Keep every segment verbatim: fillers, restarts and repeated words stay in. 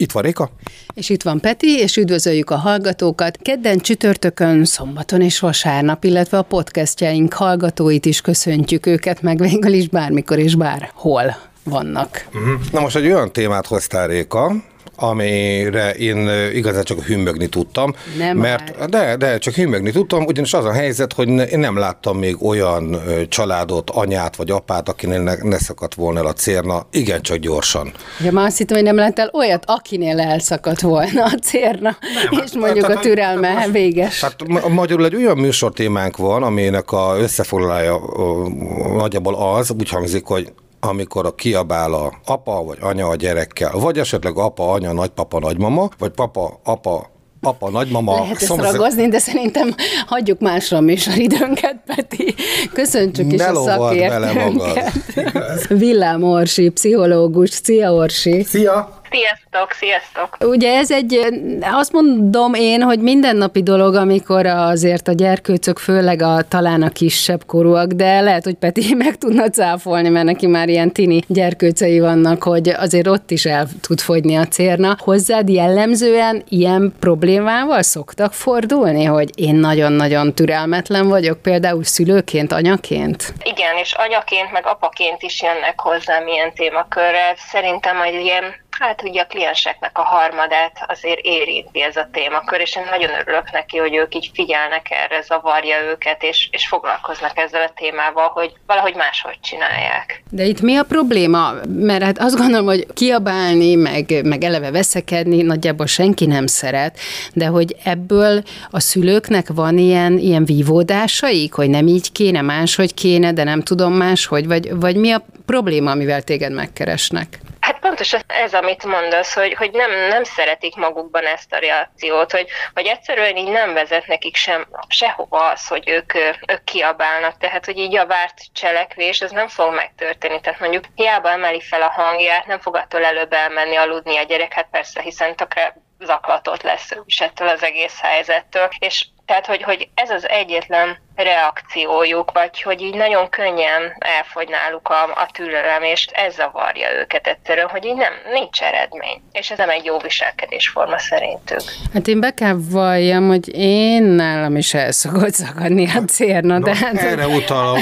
Itt van Réka. És itt van Peti, és üdvözöljük a hallgatókat. Kedden, csütörtökön, szombaton és vasárnap, illetve a podcastjaink hallgatóit is köszöntjük őket, meg végül is bármikor és bárhol vannak. Na most egy olyan témát hoztál, Réka, amire én igazán csak hümmögni tudtam. Nem mert de, de csak hümmögni tudtam, ugyanis az a helyzet, hogy ne, én nem láttam még olyan családot, anyát vagy apát, akinél ne, ne szakadt volna el a cérna, igencsak gyorsan. Ja, már azt hittem, hogy nem láttál olyat, akinél elszakadt volna a cérna, nem, és mondjuk hát, a türelme hát, véges. Tehát magyarul egy olyan műsortémánk van, aminek a összefoglalója nagyjából az, úgy hangzik, hogy amikor a kiabál a apa vagy anya a gyerekkel, vagy esetleg apa, anya, nagypapa, nagymama, vagy papa, apa, apa, nagymama. Lehet ezt szomszéd... ragozni, de szerintem hagyjuk másra a műsoridőnket, Peti. Köszöntsük is ne a szakértőnket. Villám Orsi, pszichológus. Szia, Orsi! Szia! Sziasztok, sziasztok! Ugye ez egy, azt mondom én, hogy mindennapi dolog, amikor azért a gyerkőcök, főleg a, talán a kisebb korúak, de lehet, hogy Peti meg tudna cáfolni, mert neki már ilyen tini gyerkőcei vannak, hogy azért ott is el tud fogyni a cérna. Hozzád jellemzően ilyen problémával szoktak fordulni, hogy én nagyon-nagyon türelmetlen vagyok, például szülőként, anyaként? Igen, és anyaként, meg apaként is jönnek hozzám ilyen témakörrel. Szerintem majd ilyen hát ugye a klienseknek a harmadát azért érinti ez a témakör, és én nagyon örülök neki, hogy ők így figyelnek erre, zavarja őket, és, és foglalkoznak ezzel a témával, hogy valahogy máshogy csinálják. De itt mi a probléma? Mert hát azt gondolom, hogy kiabálni, meg, meg eleve veszekedni nagyjából senki nem szeret, de hogy ebből a szülőknek van ilyen, ilyen vívódásaik, hogy nem így kéne, máshogy kéne, de nem tudom máshogy, vagy, vagy mi a probléma, amivel téged megkeresnek? Hát pontosan ez, amit mondasz, hogy, hogy nem, nem szeretik magukban ezt a reakciót, hogy, hogy egyszerűen így nem vezet nekik sem, sehova az, hogy ők, ők kiabálnak, tehát hogy így a várt cselekvés, ez nem fog megtörténni. Tehát mondjuk hiába emeli fel a hangját, nem fog attól előbb elmenni aludni a gyerek, hát persze, hiszen tökre zaklatott lesz ő is ettől az egész helyzettől, és tehát, hogy, hogy ez az egyetlen reakciójuk, vagy hogy így nagyon könnyen elfogy náluk a, a türelem, és ez zavarja őket egyszerűen, hogy így nem, nincs eredmény. És ez nem egy jó viselkedésforma szerintük. Hát én be kell valljam, hogy én nálam is el szokott szakadni a cérna. No, tehát... Erre utalok.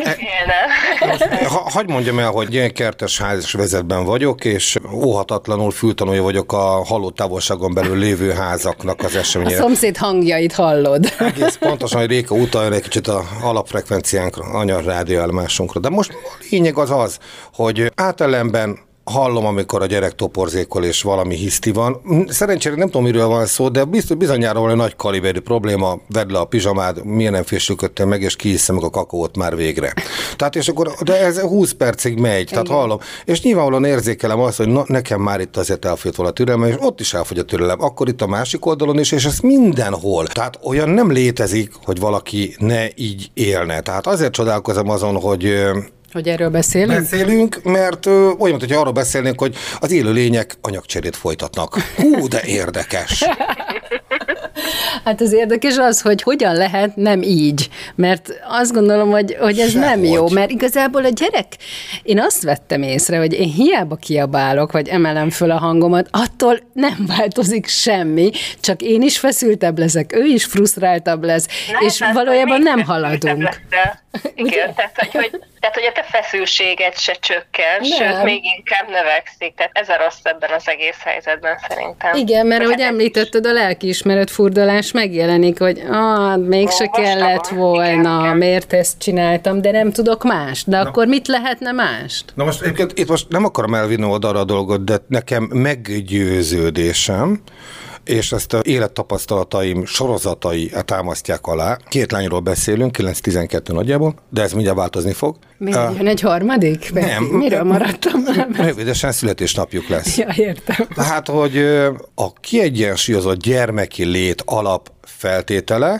Ha, hadd mondjam el, hogy ilyen kertes házas vezetben vagyok, és óhatatlanul fültanúja vagyok a halott távolságon belül lévő házaknak az eseményére. A szomszéd hangjait hallod. Egész pontosan, hogy Réka utaljon egy kicsit a alapfrekvenciánkra, anya rádióállomásunkra. De most a lényeg az az, hogy átellenben hallom, amikor a gyerek toporzékol, és valami hiszti van. Szerencsére nem tudom, miről van szó, de biztos bizonyára valami nagy kaliberű probléma, vedd le a pizsamád, milyen nem fésülködtem meg, és kihiszem meg a kakaót már végre. Tehát és akkor, de ez húsz percig megy, tehát hallom. És nyilvánvalóan érzékelem azt, hogy na, nekem már itt azért elfogyott volna a türelem, és ott is elfogy a türelem. Akkor itt a másik oldalon is, és ez mindenhol. Tehát olyan nem létezik, hogy valaki ne így élne. Tehát azért csodálkozom azon, hogy Hogy erről beszélünk? Beszélünk, mert ö, olyan, hogyha arról beszélnénk, hogy az élő lények anyagcserét folytatnak. Hú, de érdekes! Hát az érdekes az, hogy hogyan lehet nem így, mert azt gondolom, hogy, hogy ez Sehogy. nem jó, mert igazából a gyerek, én azt vettem észre, hogy én hiába kiabálok, vagy emelem föl a hangomat, attól nem változik semmi, csak én is feszültebb leszek, ő is frusztráltabb lesz, Na, és hát, valójában nem haladunk. Igen, tehát hogy, hogy, tehát, hogy a te feszültséged se csökken, nem. Sőt, még inkább növekszik. Tehát ez a rossz ebben az egész helyzetben szerintem. Igen, mert ahogy említetted, a lelkiismeret furdalás megjelenik, hogy ah, mégse Ó, kellett volna, igen, miért ezt csináltam, de nem tudok más. De Na. akkor mit lehetne mást? Na most egyébként itt most nem akarom elvinni oda a dolgot, de nekem meggyőződésem, és ezt az élettapasztalataim sorozatai támasztják alá. Két lányról beszélünk, kilenc-tizenkettő nagyjából, de ez mindjárt változni fog. Miért uh, jön egy harmadik? Nem. Miről maradtam? Rövidesen születésnapjuk lesz. Ja, értem. Tehát, hogy a kiegyensúlyozott gyermeki lét alapfeltétele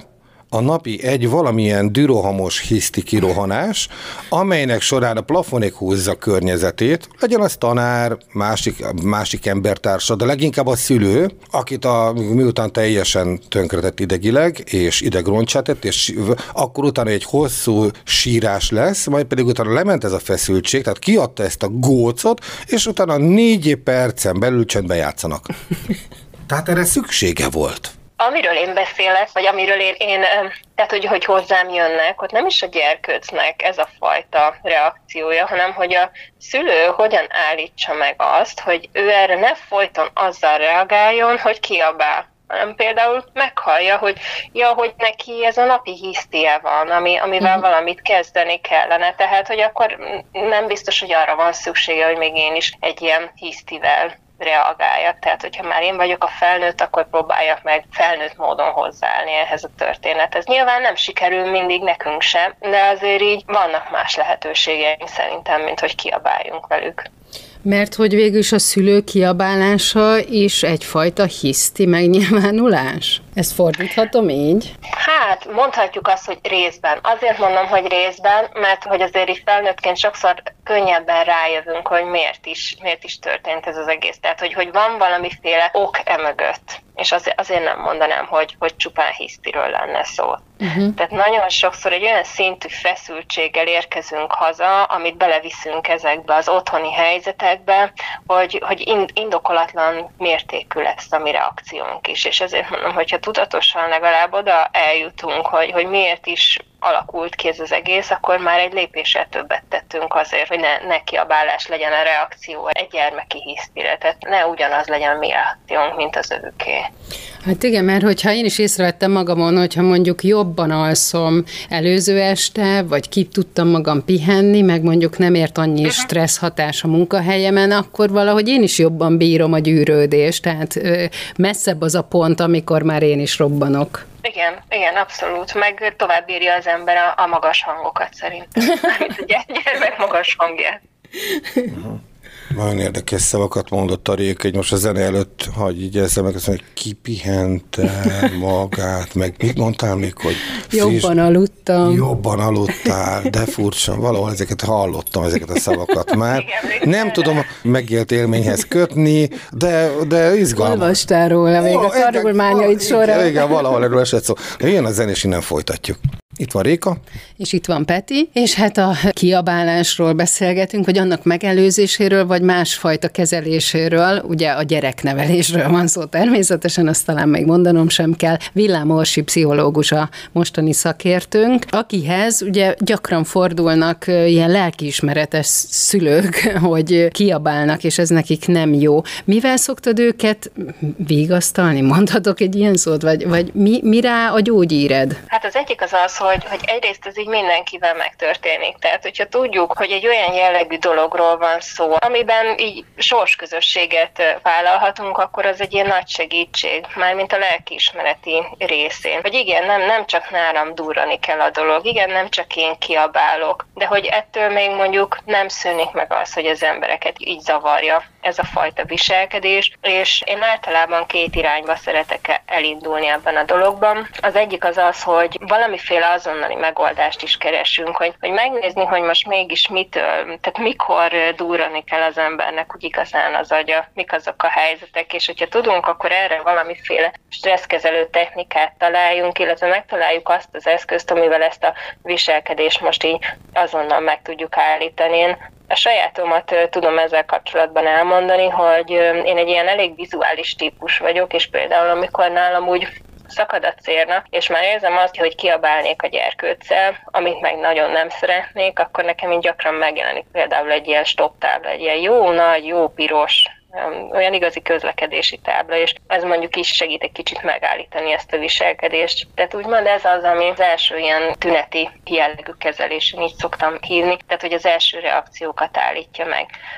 a napi egy valamilyen dürohamos hiszti kirohanás, amelynek során a plafonig húzza a környezetét, legyen az tanár, másik, másik embertársa, de leginkább a szülő, akit a, miután teljesen tönkretett idegileg, és idegroncsát tett, és akkor utána egy hosszú sírás lesz, majd pedig utána lement ez a feszültség, tehát kiadta ezt a gócot, és utána négy percen belül csöndben játszanak. Tehát erre szüksége volt. Amiről én beszélek, vagy amiről én, én tehát hogy, hogy hozzám jönnek, ott nem is a gyerkőcnek ez a fajta reakciója, hanem hogy a szülő hogyan állítsa meg azt, hogy ő erre ne folyton azzal reagáljon, hogy kiabál, hanem például meghallja, hogy ja, hogy neki ez a napi hisztie van, ami, amivel valamit kezdeni kellene, tehát hogy akkor nem biztos, hogy arra van szüksége, hogy még én is egy ilyen hisztivel reagáljak. Tehát, hogyha már én vagyok a felnőtt, akkor próbáljak meg felnőtt módon hozzáállni ehhez a történethez. Nyilván nem sikerül mindig nekünk sem, de azért így vannak más lehetőségeink szerintem, mint hogy kiabáljunk velük. Mert hogy végül is a szülő kiabálása is egyfajta hiszti megnyilvánulás? Ezt fordíthatom így? Hát, mondhatjuk azt, hogy részben. Azért mondom, hogy részben, mert hogy azért így felnőttként sokszor könnyebben rájövünk, hogy miért is, miért is történt ez az egész. Tehát, hogy, hogy van valamiféle ok emögött. És azért, azért nem mondanám, hogy, hogy csupán hisztiről lenne szó. Uh-huh. Tehát nagyon sokszor egy olyan szintű feszültséggel érkezünk haza, amit beleviszünk ezekbe az otthoni helyzetekbe, hogy, hogy indokolatlan mértékű lesz a mi reakciónk is. És ezért mondom, hogyha tudatosan legalább oda eljutunk, hogy, hogy miért is alakult ki ez az egész, akkor már egy lépéssel többet tettünk azért, hogy ne, ne kiabálás legyen a reakció egy gyermeki hisztire, tehát ne ugyanaz legyen a mi reakciónk, mint az övuké. Hát igen, mert hogyha én is észrevettem magamon, hogyha mondjuk jobban alszom előző este, vagy ki tudtam magam pihenni, meg mondjuk nem ért annyi uh-huh. stressz hatás a munkahelyemen, akkor valahogy én is jobban bírom a gyűrődést, tehát messzebb az a pont, amikor már én is robbanok. Igen, igen, abszolút. Meg tovább írja az ember a, a magas hangokat szerintem. Mint a gyermek magas hangját. Uh-huh. Nagyon érdekes szavakat mondott a Réka, hogy most a zene előtt, hogy így ezzel meg azt mondja, hogy kipihente magát, meg mit mondtál még, hogy friss, jobban aludtam. Jobban aludtál, de furcsa, valahol ezeket hallottam, ezeket a szavakat már. Igen, nem tudom megélt élményhez kötni, de, de izgalmas. Olvastál róla még oh, a tanulmányait során. Igen, igen, valahol erről esett szó. Jön a zenés, innen folytatjuk. Itt van Réka. És itt van Peti, és hát a kiabálásról beszélgetünk, hogy annak megelőzéséről, vagy másfajta kezeléséről, ugye a gyereknevelésről van szó természetesen, azt talán még mondanom sem kell. Villám Orsi pszichológus a mostani szakértőnk, akihez ugye gyakran fordulnak ilyen lelkiismeretes szülők, hogy kiabálnak, és ez nekik nem jó. Mivel szoktad őket vigasztalni? Mondhatok egy ilyen szót? Vagy, vagy mi, mi rá a gyógyíred? Hát az egyik az az, hogy, hogy egyrészt ez így mindenkivel megtörténik. Tehát, hogyha tudjuk, hogy egy olyan jellegű dologról van szó, amiben így sorsközösséget vállalhatunk, akkor az egy ilyen nagy segítség, mármint a lelkiismereti részén. Hogy igen, nem, nem csak nálam durrani kell a dolog, igen, nem csak én kiabálok, de hogy ettől még mondjuk nem szűnik meg az, hogy az embereket így zavarja ez a fajta viselkedés, és én általában két irányba szeretek elindulni ebben a dologban. Az egyik az az, hogy valamiféle azonnali megoldást is keresünk, hogy, hogy megnézni, hogy most mégis mitől, tehát mikor durrani kell az embernek úgy igazán az agya, mik azok a helyzetek, és hogyha tudunk, akkor erre valamiféle stresszkezelő technikát találjunk, illetve megtaláljuk azt az eszközt, amivel ezt a viselkedést most így azonnal meg tudjuk állítani. Én a sajátomat tudom ezzel kapcsolatban elmondani, hogy én egy ilyen elég vizuális típus vagyok, és például amikor nálam úgy szakad a cérna, és már érzem azt, hogy kiabálnék a gyerkőccel, amit meg nagyon nem szeretnék, akkor nekem így gyakran megjelenik például egy ilyen stop tábla, egy ilyen jó nagy, jó piros, olyan igazi közlekedési tábla, és ez mondjuk is segít egy kicsit megállítani ezt a viselkedést. Tehát úgymond ez az, ami az első ilyen tüneti jellegű kezelés, így szoktam hívni, tehát hogy az első reakciókat állítja meg.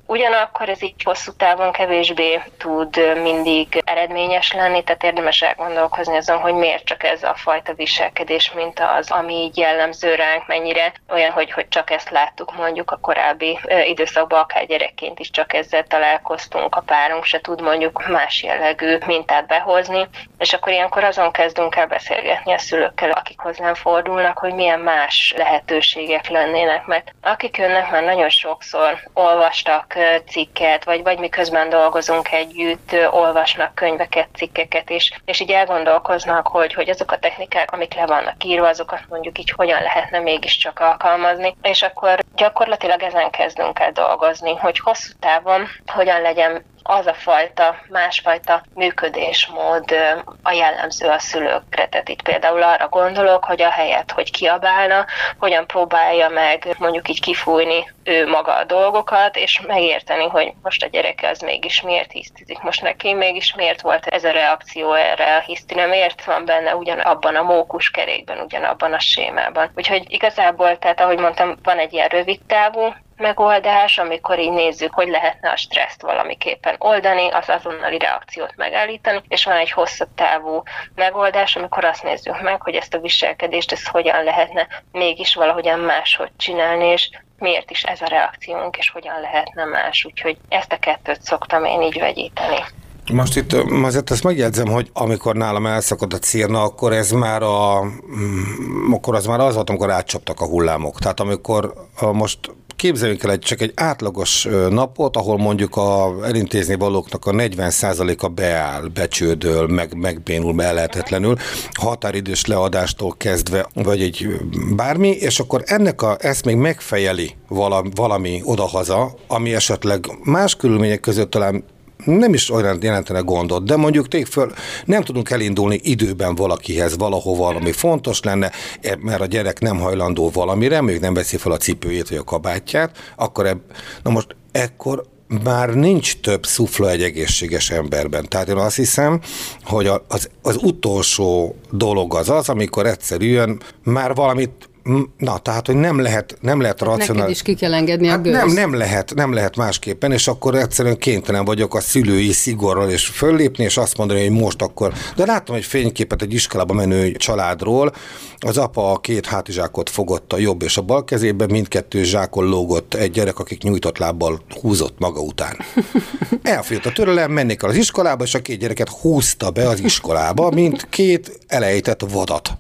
Ugyanakkor ez így hosszú távon kevésbé tud mindig eredményes lenni, tehát érdemes elgondolkozni azon, hogy miért csak ez a fajta viselkedés, mint az, ami így jellemző ránk, mennyire olyan, hogy, hogy csak ezt láttuk mondjuk a korábbi időszakban, akár gyerekként is csak ezzel találkoztunk, a párunk se tud mondjuk más jellegű mintát behozni, és akkor ilyenkor azon kezdünk el beszélgetni a szülőkkel, akik hozzám fordulnak, hogy milyen más lehetőségek lennének, mert akik jönnek, már nagyon sokszor olvastak cikket, vagy, vagy miközben dolgozunk együtt, olvasnak könyveket, cikkeket is, és így elgondolkoznak, hogy, hogy azok a technikák, amik le vannak írva, azokat mondjuk így hogyan lehetne mégiscsak alkalmazni, és akkor gyakorlatilag ezen kezdünk el dolgozni, hogy hosszú távon hogyan legyen az a fajta, másfajta működésmód a jellemző a szülőkre. Tehát itt például arra gondolok, hogy a helyet, hogy kiabálna, hogyan próbálja meg mondjuk így kifújni ő maga a dolgokat, és megérteni, hogy most a gyereke az mégis miért hisztizik, most neki mégis miért volt ez a reakció erre a hisztire, miért van benne ugyanabban a mókuskerékben, ugyanabban a sémában. Úgyhogy igazából, tehát ahogy mondtam, van egy ilyen rövid távú megoldás, amikor így nézzük, hogy lehetne a stresszt valamiképpen oldani, az azonnali reakciót megállítani, és van egy hosszabb távú megoldás, amikor azt nézzük meg, hogy ezt a viselkedést, ezt hogyan lehetne mégis valahogyan máshogy csinálni, és miért is ez a reakciónk, és hogyan lehetne más. Úgyhogy ezt a kettőt szoktam én így vegyíteni. Most itt azért ezt megjegyzem, hogy amikor nálam elszakad a círna, akkor ez már a, akkor az már az volt, amikor átcsaptak a hullámok. Tehát amikor most képzeljünk el egy, csak egy átlagos napot, ahol mondjuk a elintézni valóknak a negyven százaléka beáll, becsődöl, meg, megbénul, ellehetetlenül, határidős leadástól kezdve, vagy egy bármi, és akkor ennek a, ezt még megfejeli valami, valami odahaza, ami esetleg más körülmények között talán nem is olyan jelentene gondot, de mondjuk tényleg föl, nem tudunk elindulni időben valakihez, valahova, valami fontos lenne, mert a gyerek nem hajlandó valamire, még nem veszi fel a cipőjét vagy a kabátját, akkor ebb, na most ekkor már nincs több szufla egy egészséges emberben. Tehát én azt hiszem, hogy az, az utolsó dolog az az, amikor egyszerűen már valamit Na, tehát, hogy nem lehet, nem lehet racionális. Neked is ki kell engedni a hát gőzt. Nem, nem lehet, nem lehet másképpen, és akkor egyszerűen kénytelen vagyok a szülői szigorral és föllépni, és azt mondani, hogy most akkor. De láttam egy fényképet egy iskolába menő családról, az apa a két hátizsákot fogott a jobb és a bal kezébe, mindkettő zsákon lógott egy gyerek, akik nyújtott lábbal húzott maga után. Elfogyott a türelem, menni kell az iskolába, és a két gyereket húzta be az iskolába, mint két elejtett vadat.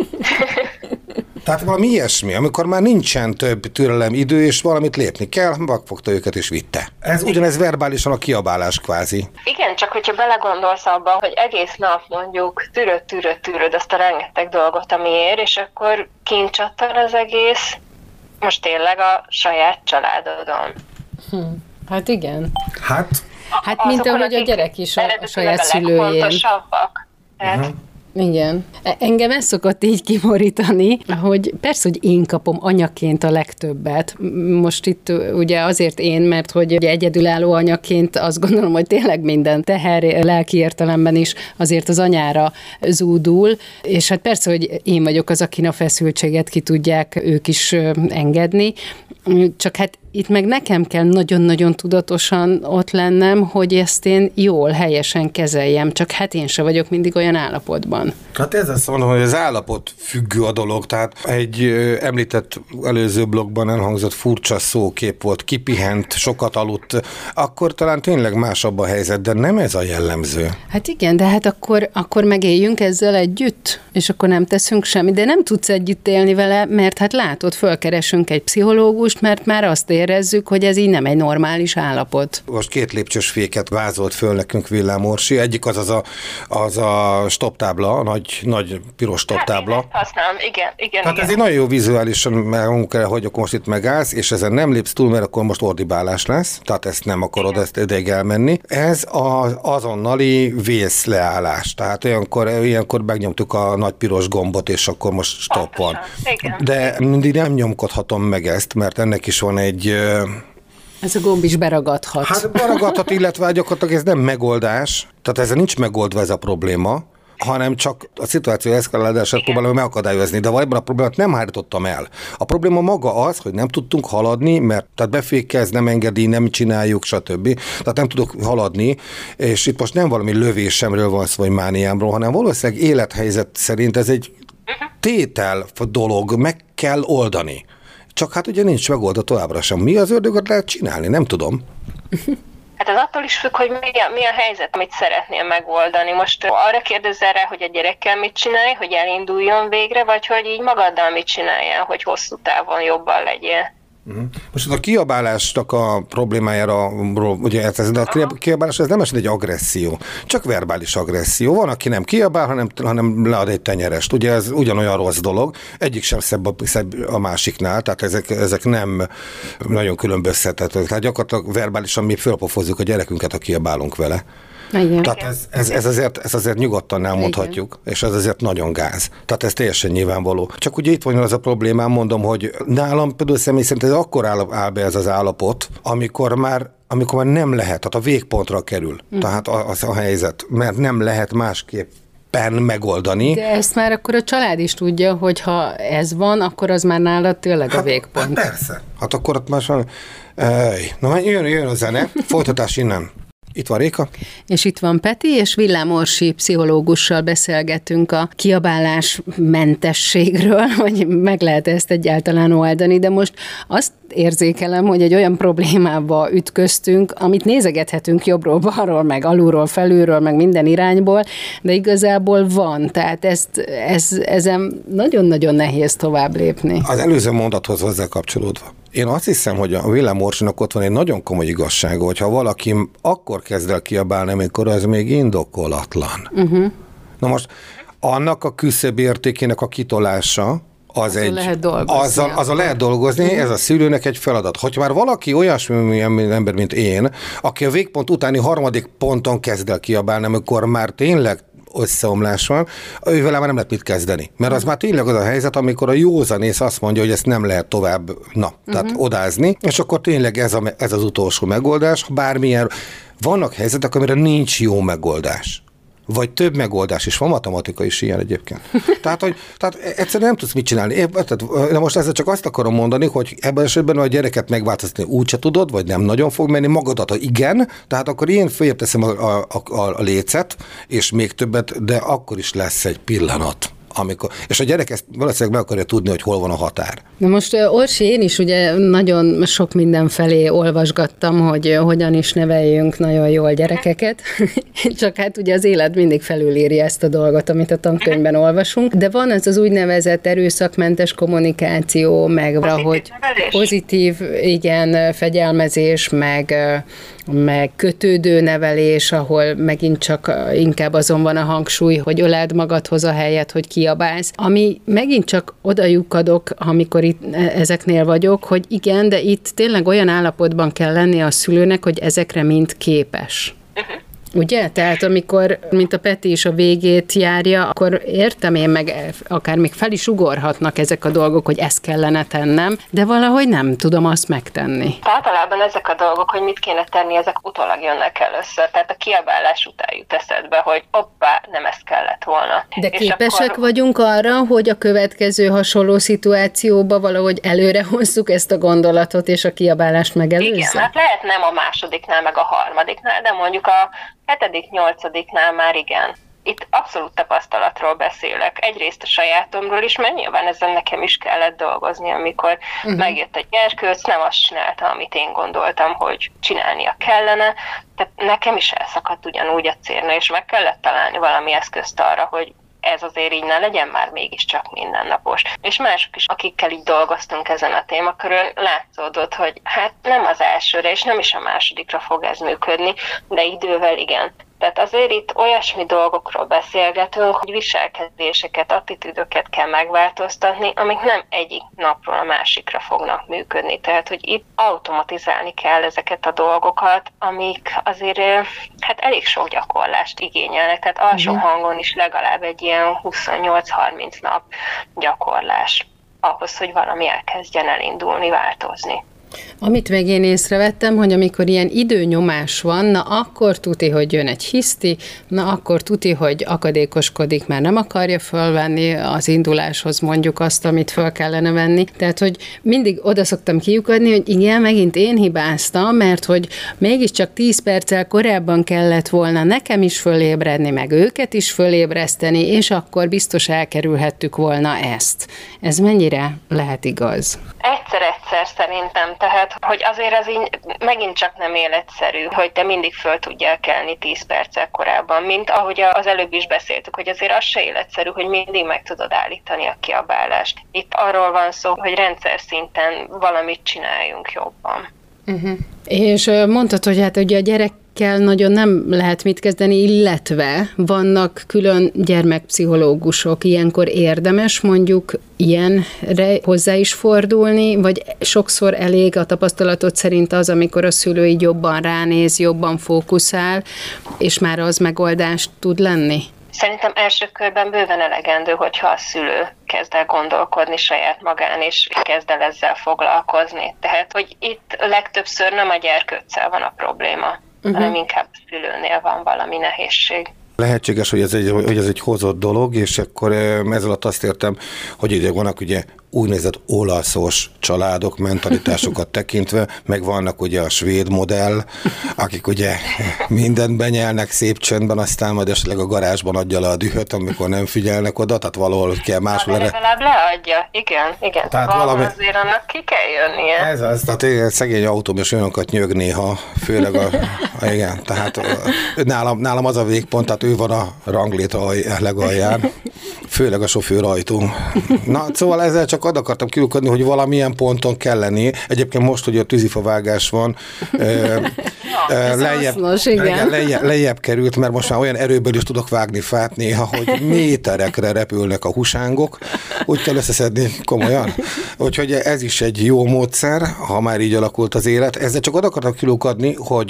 Tehát valami ilyesmi, amikor már nincsen több türelem idő, és valamit lépni kell, megfogta őket és vitte. Ez ugyanez verbálisan a kiabálás kvázi. Igen, csak hogyha belegondolsz abba, hogy egész nap mondjuk tűröd, tűröd, tűröd azt a rengeteg dolgot, ami ér, és akkor kint csattan az egész, most tényleg a saját családodon. Hm. Hát igen. Hát, hát mint azokon, ahogy a gyerek is a, a saját szülőjén. Tehát uh-huh. Igen. Engem ez szokott így kimorítani, hogy persze, hogy én kapom anyaként a legtöbbet. Most itt ugye azért én, mert hogy ugye egyedülálló anyaként azt gondolom, hogy tényleg minden teher lelki értelemben is azért az anyára zúdul, és hát persze, hogy én vagyok az, akin a feszültséget ki tudják ők is engedni, csak hát itt meg nekem kell nagyon-nagyon tudatosan ott lennem, hogy ezt én jól, helyesen kezeljem, csak hát én se vagyok mindig olyan állapotban. Hát ez azt mondom, hogy az állapot függő a dolog, tehát egy ö, említett előző blogban elhangzott furcsa szókép volt, kipihent, sokat aludt, akkor talán tényleg másabb a helyzet, de nem ez a jellemző. Hát igen, de hát akkor, akkor megéljünk ezzel együtt, és akkor nem teszünk semmit, de nem tudsz együtt élni vele, mert hát látod, fölkeresünk egy pszichológust, mert már azt érezzük, hogy ez így nem egy normális állapot. Most két lépcsős féket vázolt föl nekünk Villám Orsi. Egyik az az a, az a stoptábla, a nagy, nagy piros stoptábla. Hát használom, igen, igen. Tehát igen. ez egy nagyon jó vizuálisan, mert kell, hogy akkor most itt megállsz, és ezen nem lépsz túl, mert akkor most ordibálás lesz, tehát ezt nem akarod, igen. ezt ideig elmenni. Ez az azonnali vészleállás. Tehát olyankor, ilyenkor megnyomtuk a nagy piros gombot, és akkor most stop van. Igen. De mindig nem nyomkodhatom meg ezt, mert ennek is van egy... Ez a gomb is beragadhat. Hát beragadhat, illetve gyakorlatilag ez nem megoldás, tehát ezzel nincs megoldva ez a probléma, hanem csak a szituáció eszkalálását próbálom megakadályozni, de valójában a problémát nem hárítottam el. A probléma maga az, hogy nem tudtunk haladni, mert tehát befékez, nem engedi, nem csináljuk, stb. Tehát nem tudok haladni, és itt most nem valami lövésemről van szó, vagy mániámról, hanem valószínűleg élethelyzet szerint ez egy tétel dolog, meg kell oldani. Csak hát ugye nincs megoldva továbbra sem. Mi az ördögöt lehet csinálni? Nem tudom. Hát ez attól is függ, hogy mi a, mi a helyzet, amit szeretnél megoldani. Most arra kérdezzel rá, hogy a gyerekkel mit csinálj, hogy elinduljon végre, vagy hogy így magaddal mit csináljál, hogy hosszú távon jobban legyél. Most a kiabálásnak a problémájára, ugye ez, de a kiabálás ez nem eset egy agresszió, csak verbális agresszió. Van, aki nem kiabál, hanem, hanem lead egy tenyerest. Ugye ez ugyanolyan rossz dolog, egyik sem szebb a, szebb a másiknál, tehát ezek, ezek nem nagyon különböztethetők. Tehát gyakorlatilag verbálisan mi fölpofozzuk a gyerekünket, ha kiabálunk vele. Igen. Tehát ez, ez, ez, azért, ez azért nyugodtan elmondhatjuk, igen. És ez azért nagyon gáz. Tehát ez teljesen nyilvánvaló. Csak ugye itt van az a problémám, mondom, hogy nálam például személy szerint ez akkor áll, áll be ez az állapot, amikor már amikor már nem lehet, tehát a végpontra kerül. Mm. Tehát az a helyzet, mert nem lehet másképp megoldani. De ezt már akkor a család is tudja, hogy ha ez van, akkor az már nálad tényleg hát, a végpont. Hát persze. Hát akkor ott már van. Na, jön, jön a zene. Folytatás innen. Itt van Réka. És itt van Peti, és Villám Orsi pszichológussal beszélgetünk a kiabálás mentességről, hogy meg lehet ezt egyáltalán oldani, de most azt érzékelem, hogy egy olyan problémába ütköztünk, amit nézegethetünk jobbról, balról, meg alulról, felülről, meg minden irányból, de igazából van. Tehát ezt, ez, ezen nagyon-nagyon nehéz tovább lépni. Az előző mondathoz hozzá kapcsolódva. Én azt hiszem, hogy a Villám Orsinak ott van egy nagyon komoly igazsága, hogyha valaki akkor kezd el kiabálni, amikor az még indokolatlan. Uh-huh. Na most annak a küszöbb értékének a kitolása, az azzal egy, lehet dolgozni. Azzal, azzal lehet dolgozni, uh-huh. Ez a szülőnek egy feladat. Hogyha már valaki olyasmi ember, mint én, aki a végpont utáni harmadik ponton kezd el kiabálni, amikor már tényleg összeomlás van, ővele már nem lehet mit kezdeni. Mert az már tényleg az a helyzet, amikor a józanész azt mondja, hogy ezt nem lehet tovább, na, tehát uh-huh. odázni, és akkor tényleg ez, a, ez az utolsó megoldás, bármilyen, vannak helyzetek, amire nincs jó megoldás. Vagy több megoldás is van, matematika is ilyen egyébként. Tehát, hogy tehát egyszerűen nem tudsz mit csinálni. Tehát, de most ezzel csak azt akarom mondani, hogy ebben esetben a gyereket megváltoztatni úgyse tudod, vagy nem nagyon fog menni, magadat, ha igen, tehát akkor én följebb teszem a, a, a, a lécet, és még többet, de akkor is lesz egy pillanat. Amikor, és a gyerek ezt valószínűleg meg akarja tudni, hogy hol van a határ. Na most, Orsi, én is ugye nagyon sok minden felé olvasgattam, hogy hogyan is neveljünk nagyon jól gyerekeket, csak hát ugye az élet mindig felülírja ezt a dolgot, amit a tankönyvben olvasunk, de van ez az úgynevezett erőszakmentes kommunikáció, meg pozitív hogy nevelés. Pozitív, igen, fegyelmezés, meg meg kötődő nevelés, ahol megint csak inkább azon van a hangsúly, hogy öleld magadhoz a helyet, hogy kiabálsz. Ami megint csak oda lyukadok, amikor itt ezeknél vagyok, hogy igen, de itt tényleg olyan állapotban kell lennie a szülőnek, hogy ezekre mind képes. Uh-huh. Ugye? Tehát amikor, mint a Peti is a végét járja, akkor értem én meg, akár még fel is ugorhatnak ezek a dolgok, hogy ezt kellene tennem, de valahogy nem tudom azt megtenni. Általában ezek a dolgok, hogy mit kéne tenni, ezek utólag jönnek először. Tehát a kiabálás után jut eszedbe, hogy hoppá, nem ezt kellett volna. De és képesek akkor... vagyunk arra, hogy a következő hasonló szituációba valahogy előre hozzuk ezt a gondolatot, és a kiabálást megelőzzük? Igen, hát lehet nem a másodiknál, meg a harmadiknál, de mondjuk a hetedik, nyolcadiknál már igen. Itt abszolút tapasztalatról beszélek. Egyrészt a sajátomról is, mert nyilván ezen nekem is kellett dolgozni, amikor uh-huh. megjött a gyerkőc, nem azt csinálta, amit én gondoltam, hogy csinálnia kellene. Tehát nekem is elszakadt ugyanúgy a cérna, és meg kellett találni valami eszközt arra, hogy ez azért így ne legyen már mégiscsak mindennapos. És mások is, akikkel így dolgoztunk ezen a témakörön, látszódott, hogy hát nem az elsőre, és nem is a másodikra fog ez működni, de idővel igen. Tehát azért itt olyasmi dolgokról beszélgetünk, hogy viselkedéseket, attitűdöket kell megváltoztatni, amik nem egyik napról a másikra fognak működni. Tehát, hogy itt automatizálni kell ezeket a dolgokat, amik azért hát elég sok gyakorlást igényelnek. Tehát alsó hangon is legalább egy ilyen huszonnyolc-harminc nap gyakorlás ahhoz, hogy valami elkezdjen elindulni, változni. Amit még én észrevettem, hogy amikor ilyen időnyomás van, na akkor tuti, hogy jön egy hiszti, na akkor tuti, hogy akadékoskodik, mert nem akarja fölvenni az induláshoz mondjuk azt, amit föl kellene venni. Tehát, hogy mindig oda szoktam kiukadni, hogy igen, megint én hibáztam, mert hogy mégiscsak tíz perccel korábban kellett volna nekem is fölébredni, meg őket is fölébreszteni, és akkor biztos elkerülhettük volna ezt. Ez mennyire lehet igaz? Egyszer-egyszer szerintem, tehát hogy azért ez így megint csak nem életszerű, hogy te mindig föl tudjál kelni tíz perccel korábban, mint ahogy az előbb is beszéltük, hogy azért az se életszerű, hogy mindig meg tudod állítani a kiabálást. Itt arról van szó, hogy rendszer szinten valamit csináljunk jobban. Uh-huh. És mondtad, hogy hát ugye a gyerekkel nagyon nem lehet mit kezdeni, illetve vannak külön gyermekpszichológusok. Ilyenkor érdemes mondjuk ilyenre hozzá is fordulni, vagy sokszor elég a tapasztalatod szerint az, amikor a szülő így jobban ránéz, jobban fókuszál, és már az megoldást tud lenni? Szerintem első körben bőven elegendő, hogyha a szülő kezd el gondolkodni saját magán, és kezd el ezzel foglalkozni. Tehát, hogy itt legtöbbször nem a gyerkőccel van a probléma, uh-huh. hanem inkább a szülőnél van valami nehézség. Lehetséges, hogy ez egy, hogy ez egy hozott dolog, és akkor ezzel alatt azt értem, hogy ide vannak ugye úgynevezett olaszos családok mentalitásokat tekintve, meg vannak ugye a svéd modell, akik ugye mindent benyelnek szép csöndben, aztán majd esetleg a garázsban adja le a dühöt, amikor nem figyelnek oda, tehát valahol kell máshol. De legalább leadja, igen, igen. Tehát valami... azért annak ki kell jönnie. Ez az, tehát igen, szegény autóm és olyanokat nyög néha, főleg a, igen, tehát nálam, nálam az a végpont, tehát ő van a ranglétra legalján, főleg a sofőr ajtó. Na, szóval ezzel csak oda akartam kiukadni, hogy valamilyen ponton kell lenni. Egyébként most, hogy a tűzifavágás van, ö, ö, lejjebb, hasznos, igen. lejjebb, lejjebb került, mert most már olyan erőből is tudok vágni fát néha, hogy méterekre repülnek a husángok. Úgy kell összeszedni komolyan. Úgyhogy ez is egy jó módszer, ha már így alakult az élet. Ezzel csak oda akartam kilukadni, hogy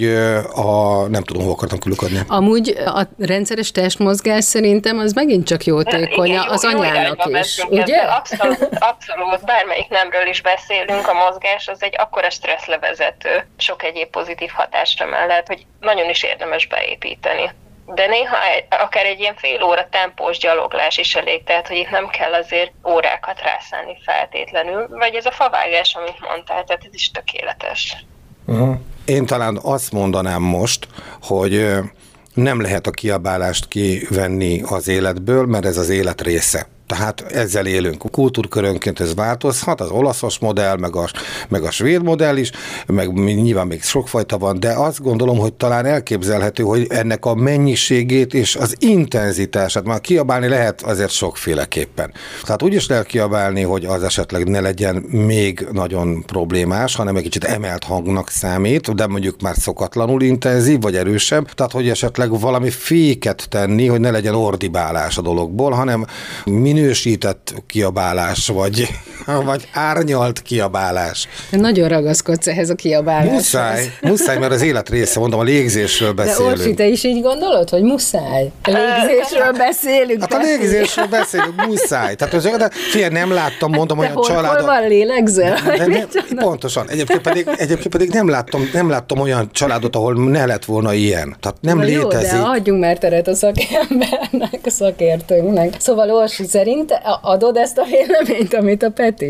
a, nem tudom, hol akartam kilukadni. Amúgy a rendszeres testmozgás szerintem az megint csak jótékony az anyának is, ugye? Abszolút, abszolút, bármelyik nemről is beszélünk, a mozgás az egy akkora stresszlevezető, sok egyéb pozitív hatásra mellett, hogy nagyon is érdemes beépíteni. De néha akár egy ilyen fél óra tempós gyaloglás is elég, tehát hogy itt nem kell azért órákat rászállni feltétlenül, vagy ez a favágás, amit mondtál, tehát ez is tökéletes. Uh-huh. Én talán azt mondanám most, hogy nem lehet a kiabálást kivenni az életből, mert ez az élet része. Tehát ezzel élünk. Kultúrkörönként ez változhat, az olaszos modell, meg a, meg a svéd modell is, meg nyilván még sokfajta van, de azt gondolom, hogy talán elképzelhető, hogy ennek a mennyiségét és az intenzitását, már kiabálni lehet azért sokféleképpen. Tehát úgy is lehet kiabálni, hogy az esetleg ne legyen még nagyon problémás, hanem egy kicsit emelt hangnak számít, de mondjuk már szokatlanul intenzív, vagy erősebb, tehát hogy esetleg valami féket tenni, hogy ne legyen ordibálás a dologból, hanem minősített kiabálás, vagy, vagy árnyalt kiabálás. Nagyon ragaszkodsz ehhez a kiabáláshoz. Muszáj, muszáj, mert az élet része, mondom, a légzésről beszélünk. De Orsi, te is így gondolod, hogy muszáj? A légzésről beszélünk. Hát a légzésről beszélünk, muszáj. Tehát az, de figyelj, nem láttam, mondom, olyan családot. Hol van lélegzel? De, de, pontosan. Egyébként pedig, egyébként pedig nem, láttam, nem láttam olyan családot, ahol ne lett volna ilyen. Tehát nem Na létezik. Jó, de adjunk már teret a szakembernek, a szakértőnknek. Szóval Orsi, szerint adod ezt a véleményt, amit a Peti?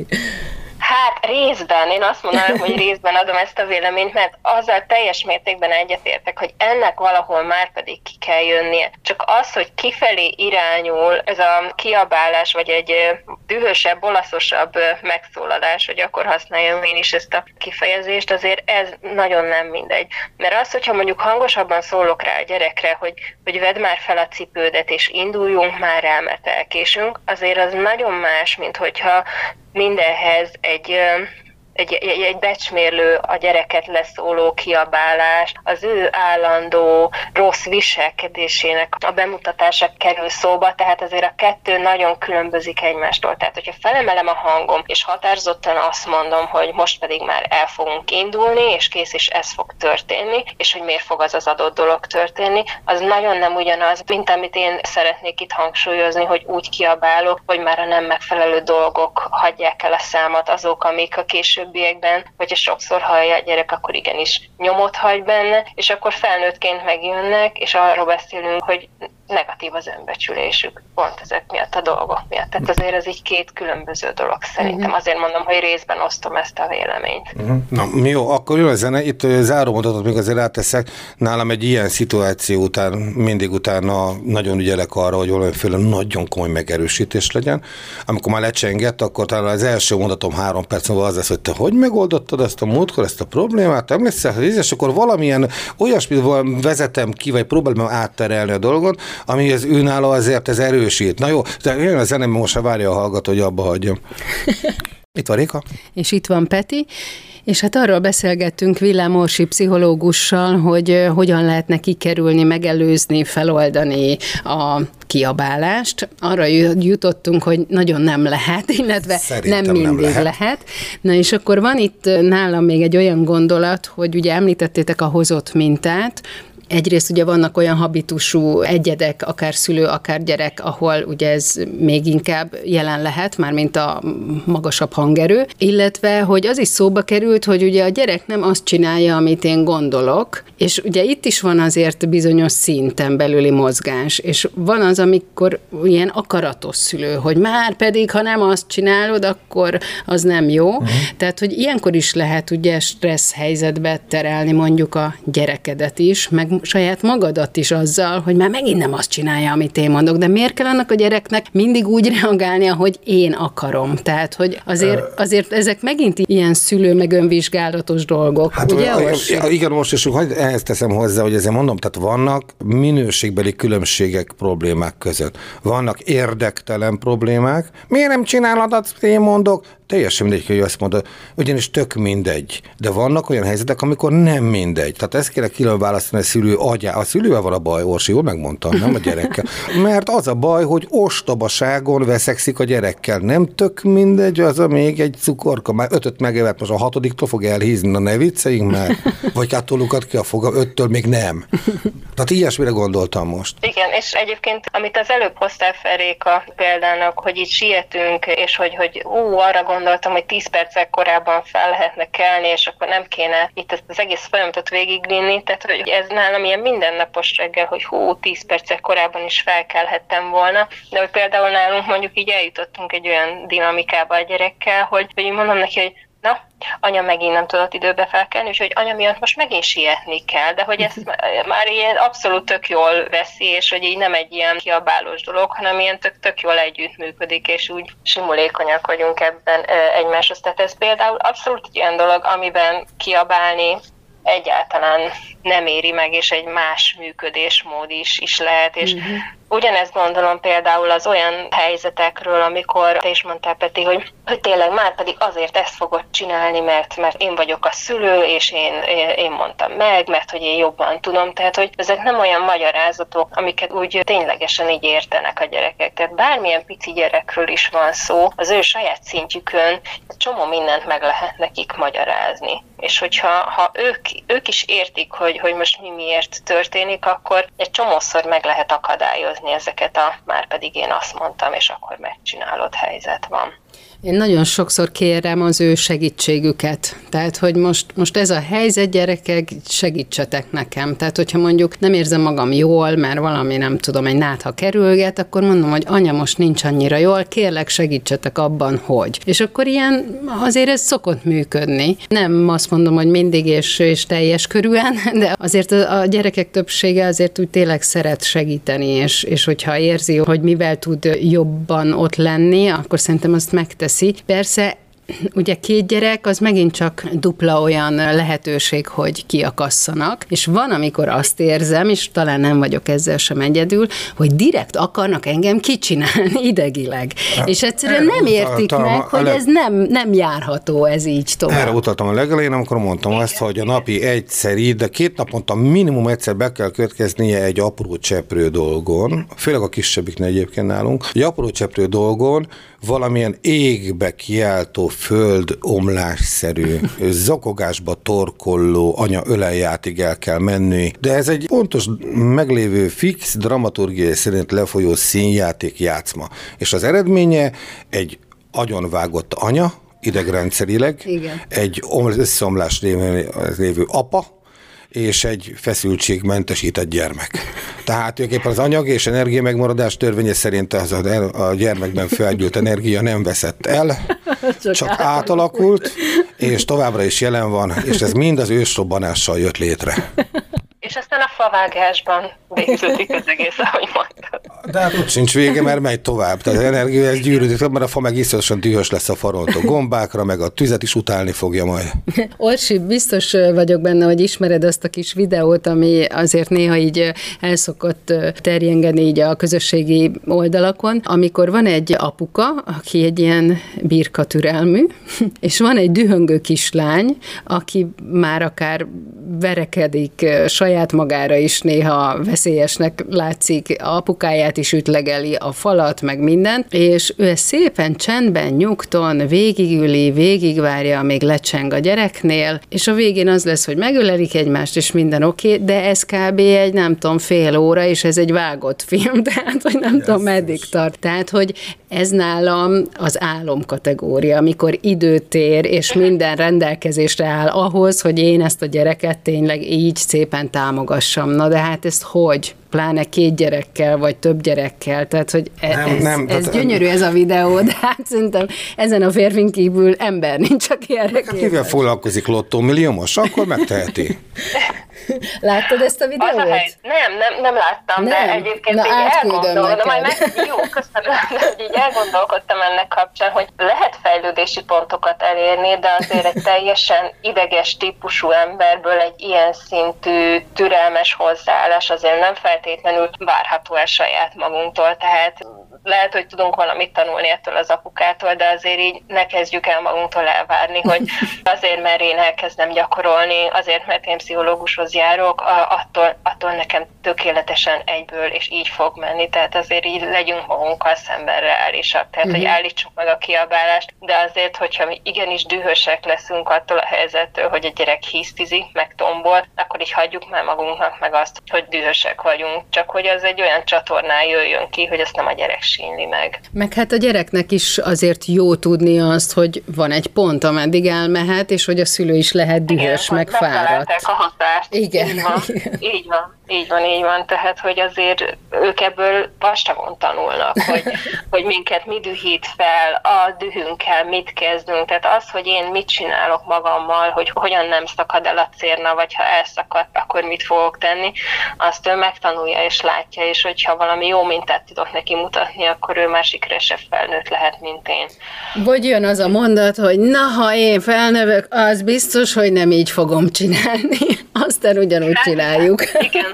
Hát részben, én azt mondanám, hogy részben adom ezt a véleményt, mert azzal teljes mértékben egyetértek, hogy ennek valahol már pedig ki kell jönnie. Csak az, hogy kifelé irányul ez a kiabálás, vagy egy dühösebb, olaszosabb megszólalás, hogy akkor használjam én is ezt a kifejezést, azért ez nagyon nem mindegy. Mert az, hogyha mondjuk hangosabban szólok rá a gyerekre, hogy, hogy vedd már fel a cipődet, és induljunk már rá, mert elkésünk, azért az nagyon más, mint hogyha mindenhez egy, egy, egy, egy becsmérlő, a gyereket leszóló kiabálás, az ő állandó rossz viselkedésének a bemutatása kerül szóba, tehát azért a kettő nagyon különbözik egymástól. Tehát, hogyha felemelem a hangom, és határozottan azt mondom, hogy most pedig már el fogunk indulni, és kész, és ez fog történni, és hogy miért fog az az adott dolog történni, az nagyon nem ugyanaz, mint amit én szeretnék itt hangsúlyozni, hogy úgy kiabálok, hogy már a nem megfelelő dolgok hagyják el a számat, azok, amik a később későbbiekben, hogyha sokszor hallja a gyerek, akkor igenis nyomot hagy benne, és akkor felnőttként megjönnek, és arról beszélünk, hogy negatív az önbecsülésük, pont ezek miatt a dolgok miatt. Tehát azért ez így két különböző dolog szerintem. Azért mondom, hogy részben osztom ezt a véleményt. Na, jó, akkor jön a zene. Itt zárómondatot még azért ráteszek. Nálam egy ilyen szituáció után mindig utána nagyon ügyelek arra, hogy valamiféle nagyon komoly megerősítés legyen. Amikor már lecsengett, akkor talán az első mondatom három perc múlva az lesz, hogy te hogy megoldottad ezt a múltkor, ezt a problémát, emlékszel, és akkor valamilyen olyasmit vezetem ki, vagy próbálom átterelni a dolgot, ami az őnála azért ez erősít. Na jó, de jön a zene, most se várja a hallgató, hogy abba hagyjam. Itt van Réka. És itt van Peti. És hát arról beszélgettünk Villám Orsi pszichológussal, hogy hogyan lehetne kikerülni, megelőzni, feloldani a kiabálást. Arra jutottunk, hogy nagyon nem lehet, illetve Szerintem nem mindig nem lehet. lehet. Na és akkor van itt nálam még egy olyan gondolat, hogy ugye említettétek a hozott mintát. Egyrészt ugye vannak olyan habitusú egyedek, akár szülő, akár gyerek, ahol ugye ez még inkább jelen lehet, mármint a magasabb hangerő, illetve, hogy az is szóba került, hogy ugye a gyerek nem azt csinálja, amit én gondolok, és ugye itt is van azért bizonyos szinten belüli mozgás, és van az, amikor ilyen akaratos szülő, hogy már pedig, ha nem azt csinálod, akkor az nem jó. Uh-huh. Tehát, hogy ilyenkor is lehet ugye stressz helyzetbe terelni mondjuk a gyerekedet is, meg saját magadat is azzal, hogy már megint nem azt csinálja, amit én mondok, de miért kell annak a gyereknek mindig úgy reagálnia, hogy én akarom? Tehát, hogy azért, azért ezek megint ilyen szülő meg önvizsgálatos dolgok, hát, ugye? A, a, igen, most is hogy ehhez teszem hozzá, hogy ezért mondom, tehát vannak minőségbeli különbségek problémák között. Vannak érdektelen problémák. Miért nem csinálod, azt én mondok? Teljesen mindegy, hogy azt mondod, ugyanis tök mindegy. De vannak olyan helyzetek, amikor nem mindegy. Tehát ezt kéne külön választani a szülő agyá. A szülővel van a baj, Orsi, jól megmondtam, nem a gyerekkel. Mert az a baj, hogy ostobaságon veszekszik a gyerekkel. Nem tök mindegy, az a még egy cukorka. Már ötöt megevett, most a hatodiktól fog elhízni. Na ne vicceljünk már. Vagy kátolukat ki a fogam, öttől még nem. Tehát ilyesmire gondoltam most. Igen, és egyébként, amit az előbb hoztál fel Réka példának, hogy itt sietünk, és hogy, hogy ú, arra gondoltam, hogy tíz perccel korábban fel lehetne kelni, és akkor nem kéne itt az egész folyamatot végigvinni, tehát hogy ez nálam ilyen mindennapos reggel, hogy hú, tíz perccel korábban is felkelhettem volna, de hogy például nálunk mondjuk így eljutottunk egy olyan dinamikába a gyerekkel, hogy, hogy mondom neki, hogy na, anya megint nem tudott időbe felkelni, úgyhogy anya miatt most megint sietni kell, de hogy ezt már ilyen abszolút tök jól veszi, és hogy így nem egy ilyen kiabálós dolog, hanem ilyen tök, tök jól együttműködik, és úgy simulékonyak vagyunk ebben egymáshoz. Tehát ez például abszolút egy olyan dolog, amiben kiabálni egyáltalán nem éri meg, és egy más működésmód is, is lehet, és uh-huh. ugyanezt gondolom például az olyan helyzetekről, amikor te is mondtál, Peti, hogy, hogy tényleg már pedig azért ezt fogod csinálni, mert, mert én vagyok a szülő, és én, én mondtam meg, mert hogy én jobban tudom. Tehát, hogy ezek nem olyan magyarázatok, amiket úgy ténylegesen így értenek a gyerekek. Tehát bármilyen pici gyerekről is van szó, az ő saját szintjükön csomó mindent meg lehet nekik magyarázni. És hogyha ha ők, ők is értik, hogy, hogy most mi miért történik, akkor egy csomószor meg lehet akadályozni ezeket a már pedig én azt mondtam, és akkor megcsinálod helyzet van. Én nagyon sokszor kérem az ő segítségüket. Tehát, hogy most, most ez a helyzet, gyerekek, segítsetek nekem. Tehát, hogyha mondjuk nem érzem magam jól, mert valami, nem tudom, egy nátha kerülget, akkor mondom, hogy anya, most nincs annyira jól, kérlek, segítsetek abban, hogy. És akkor ilyen, azért ez szokott működni. Nem azt mondom, hogy mindig és, és teljes körűen, de azért a, a gyerekek többsége azért úgy tényleg szeret segíteni, és, és hogyha érzi, hogy mivel tud jobban ott lenni, akkor szerintem azt megteszi. Persze, ugye két gyerek, az megint csak dupla olyan lehetőség, hogy kiakasszanak, és van, amikor azt érzem, és talán nem vagyok ezzel sem egyedül, hogy direkt akarnak engem kicsinálni idegileg. Hát, és egyszerűen nem értik meg, hogy leg... ez nem, nem járható, ez így tovább. Erre utaltam a legelején, amikor mondtam azt, hogy a napi egyszer, de két naponta minimum egyszer be kell következnie egy apró cseprő dolgon, főleg a kisebbiknél egyébként nálunk, egy apró cseprő dolgon valamilyen égbe kiáltó földomlásszerű, zokogásba torkolló anya öleljátig el kell menni, de ez egy pontos, meglévő fix dramaturgiai szerint lefolyó színjáték játszma. És az eredménye egy agyonvágott anya, idegrendszerileg, igen. egy összeomlás lévő apa, és egy feszültségmentesített gyermek. Tehát tulajdonképpen az anyag és energia megmaradás törvénye szerint az a, a gyermekben felgyűlt energia nem veszett el, csak, csak átalakult, és továbbra is jelen van, és ez mind az ősrobbanással jött létre. És aztán a favágásban végződik az egész, ahogy mondtad. De hát ott sincs vége, mert megy tovább. Tehát az energia ez gyűrűdik, mert a fa meg iszonyatosan dühös lesz a faroltó gombákra, meg a tüzet is utálni fogja majd. Orsi, biztos vagyok benne, hogy ismered azt a kis videót, ami azért néha így elszokott terjengeni így a közösségi oldalakon, amikor van egy apuka, aki egy ilyen birkatürelmű, és van egy dühöngő kislány, aki már akár verekedik, saját magára is néha veszélyesnek látszik, apukáját is ütlegeli, a falat, meg mindent, és ő ezt szépen csendben, nyugton végigüli, végigvárja, amíg lecseng a gyereknél, és a végén az lesz, hogy megölelik egymást, és minden oké, okay, de ez kb. Egy nem tudom, fél óra, és ez egy vágott film, tehát, hogy nem yes, tudom, meddig tart. Tehát, hogy ez nálam az álom kategória, amikor időtér, és minden rendelkezésre áll ahhoz, hogy én ezt a gyereket tényleg így szépen támogassam. Na de hát ezt hogy? Pláne két gyerekkel, vagy több gyerekkel, tehát hogy nem, ez, nem, ez tehát gyönyörű ez a videó, de hát szerintem ezen a férfin kívül ember nincs, aki erre képes. Mivel foglalkozik Lottó milliómos, akkor megteheti. Láttad ezt a videót? A hely... Nem, nem, nem láttam, nem. De egyébként Na, így elgondolkodtam, majd meg, jó, köszönöm, hogy így elgondolkodtam ennek kapcsán, hogy lehet fejlődési pontokat elérni, de azért egy teljesen ideges típusú emberből egy ilyen szintű türelmes hozzáállás azért nem feltétlenül várható el saját magunktól, tehát lehet, hogy tudunk valamit tanulni ettől az apukától, de azért így ne kezdjük el magunktól elvárni, hogy azért, mert én elkezdem gyakorolni, azért, mert én pszichológushoz járok, attól, attól nekem tökéletesen egyből, és így fog menni. Tehát azért így legyünk magunkkal szemben reálisak. Tehát, uh-huh. hogy állítsuk meg a kiabálást, de azért, hogyha mi igenis dühösek leszünk attól a helyzettől, hogy a gyerek hisztizik, meg tombol, akkor így hagyjuk már magunknak meg azt, hogy dühösek vagyunk. Csak hogy az egy olyan csatornán jöjjön ki, hogy azt nem a gyerek sínli meg. Meg hát a gyereknek is azért jó tudni azt, hogy van egy pont, ameddig elmehet, és hogy a szülő is lehet dühös, igen, meg fáradt. A hatást. Igen. Így van. Így van. Így van, így van, tehát, hogy azért ők ebből vastagon tanulnak, hogy, hogy minket mi dühít fel, a dühünkkel mit kezdünk, tehát az, hogy én mit csinálok magammal, hogy hogyan nem szakad el a cérna, vagy ha elszakadt, akkor mit fogok tenni, azt ő megtanulja és látja, és hogyha valami jó mintát tudok neki mutatni, akkor ő már sikeresebb felnőtt lehet, mint én. Vagy jön az a mondat, hogy na, ha én felnövök, az biztos, hogy nem így fogom csinálni. Aztán ugyanúgy hát, csináljuk. Igen.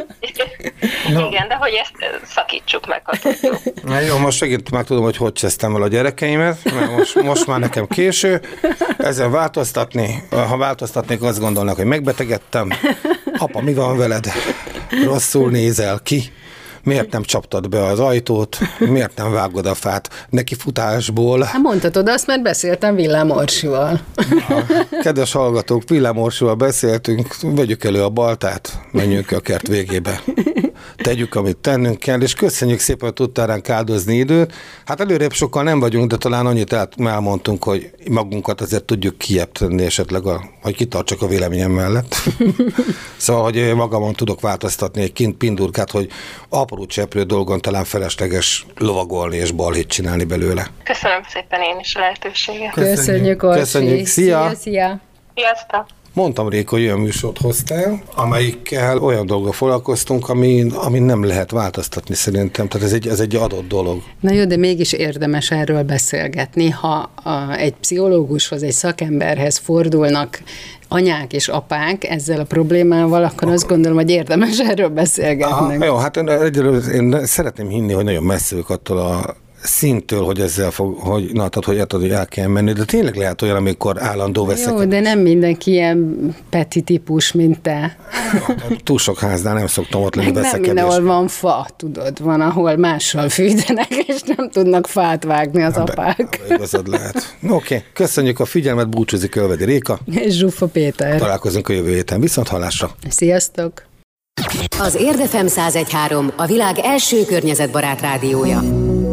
No. Igen, de hogy ezt szakítsuk meg, ha tudjuk. Na jó, most segít meg tudom, hogy hogy csesztem el a gyerekeimet, mert most, most már nekem késő. Ezen változtatni, ha változtatnék, azt gondolnak, hogy megbetegedtem. Apa, mi van veled? Rosszul nézel ki? Miért nem csaptad be az ajtót? Miért nem vágod a fát neki futásból? Hát mondhatod azt, mert beszéltem Villám Orsival. Kedves hallgatók, Villám Orsival beszéltünk, vegyük elő a baltát, menjünk a kert végébe. Tegyük, amit tennünk kell, és köszönjük szépen, hogy tudtál ránk áldozni időt. Hát előrébb sokkal nem vagyunk, de talán annyit el, elmondtunk, hogy magunkat azért tudjuk kijebb tenni esetleg, a, hogy kitartsak a véleményem mellett. Szóval, hogy magamon tudok változtatni egy kint pindurkát, hogy apró cseprő dolgon talán felesleges lovagolni és balhét csinálni belőle. Köszönöm szépen én is a lehetőséget. Köszönjük, Köszönjük Orsi. Köszönjük, szia! Szia, szia! Sziasztok! Mondtam rég, hogy olyan műsort hoztál, amelyikkel olyan dolggal foglalkoztunk, ami, ami nem lehet változtatni szerintem. Tehát ez egy, ez egy adott dolog. Na jó, de mégis érdemes erről beszélgetni. Ha a, egy pszichológushoz, egy szakemberhez fordulnak anyák és apák ezzel a problémával, akkor azt gondolom, hogy érdemes erről beszélgetni. Aha, jó, hát egyelőre én szeretném hinni, hogy nagyon messze ők attól a szintől, hogy ezzel fog, hogy, na, tehát, hogy, hogy el kell menni, de tényleg lehet olyan, amikor állandó veszekedés. Jó, de nem mindenki ilyen peti típus, mint te. Túl sok háznál nem szoktam ott lenni veszekedés. Nem mindenhol van fa, tudod, van, ahol mással fűtenek, és nem tudnak fát vágni az apák. Be, igazad lehet. Oké, okay. Köszönjük a figyelmet, búcsúzik Ölvedi Réka. És Zsuffa Péter. Találkozunk a jövő héten. Viszont hallásra. Sziasztok! Az Érd ef em száz egy pont három a világ első környezetbarát rádiója.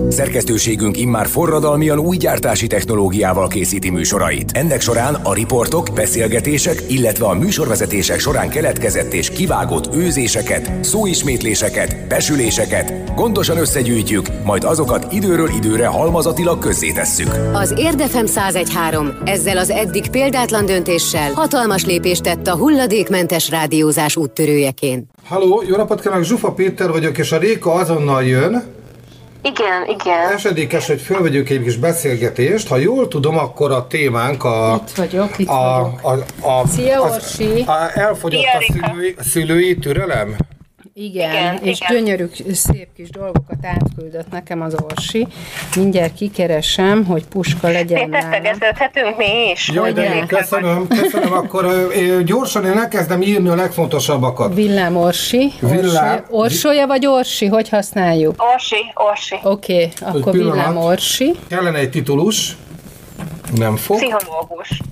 Szerkesztőségünk immár forradalmian új gyártási technológiával készíti műsorait. Ennek során a riportok, beszélgetések, illetve a műsorvezetések során keletkezett és kivágott őzéseket, szóismétléseket, besüléseket gondosan összegyűjtjük, majd azokat időről időre halmazatilag közzétesszük. Az Érd ef em száz egy három ezzel az eddig példátlan döntéssel hatalmas lépést tett a hulladékmentes rádiózás úttörőjeként. Halló, jó napot kívánok, Zsufa Péter vagyok, és a Réka azonnal jön. Igen, igen. Esedékes, hogy fölvegyük egy kis beszélgetést. Ha jól tudom, akkor a témánk a... Itt vagyok, itt a, vagyok. a, a, Szia, az, Orsi! a, elfogyott Szia, a Réka. szülői, szülői türelem? Igen, Igen, és igen. gyönyörű, szép kis dolgokat átküldött nekem az Orsi. Mindjárt kikeresem, hogy puska legyen nálam. Tesztegeződhetünk mi is. Jaj, de Hogyan? jó, köszönöm, köszönöm. Akkor ö, gyorsan én elkezdem írni a legfontosabbakat. Villám Orsi. Villám. Orsi. Orsolya vagy Orsi? Hogy használjuk? Orsi, Orsi. Oké, okay, akkor pillanat. Villám Orsi. Kellene egy titulus. Nem fog. Pszichológus.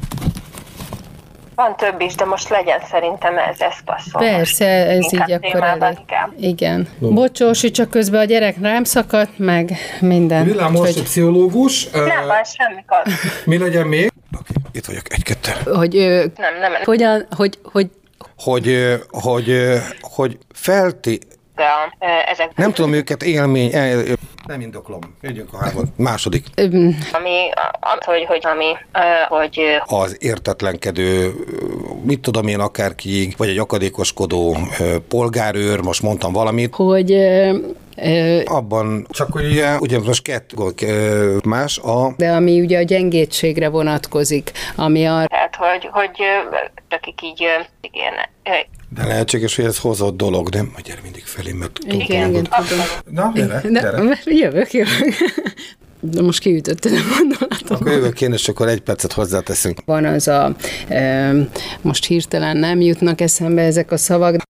Van több is, de most legyen szerintem ez, ez passzol. Persze, ez Inkább így akkor témában elég. inkább. Igen. Bocs, Orsi, csak közben a gyerek rám szakadt, meg minden. Villám Orsi Úgyhogy- pszichológus. Ö, Nem van semmi gond. Mi legyen még? Okay, itt vagyok, egy-kettő. hogy ö, Nem, nem, hogyan, hogy, hogy Hogy, ö, hogy, ö, hogy felté... de a, e, ezek, Nem tudom őket élmény... El, nem indoklom. Jöjjünk a hármat. Második. öm, ami, a, hogy, hogy, ami, e, hogy ö, Az értetlenkedő, mit tudom én, akárkiig, vagy egy akadékoskodó ö, polgárőr, most mondtam valamit, hogy ö, ö, abban csak ugye, ugye most kettő ö, más a... de ami ugye a gyengétségre vonatkozik, ami arra, tehát, hogy, hogy ö, akik így, ö, igen, ö, De lehetséges, hogy ez hozott dolog, nem? Majd gyere mindig felém, mert... igen, igen, igen, tudom. Na, gyere, De, gyere. mert jövök, jövök. De most kiütötted a gondolatom. Akkor jövök én, és akkor egy percet hozzáteszünk. Van az a, ö, most hirtelen nem jutnak eszembe ezek a szavak,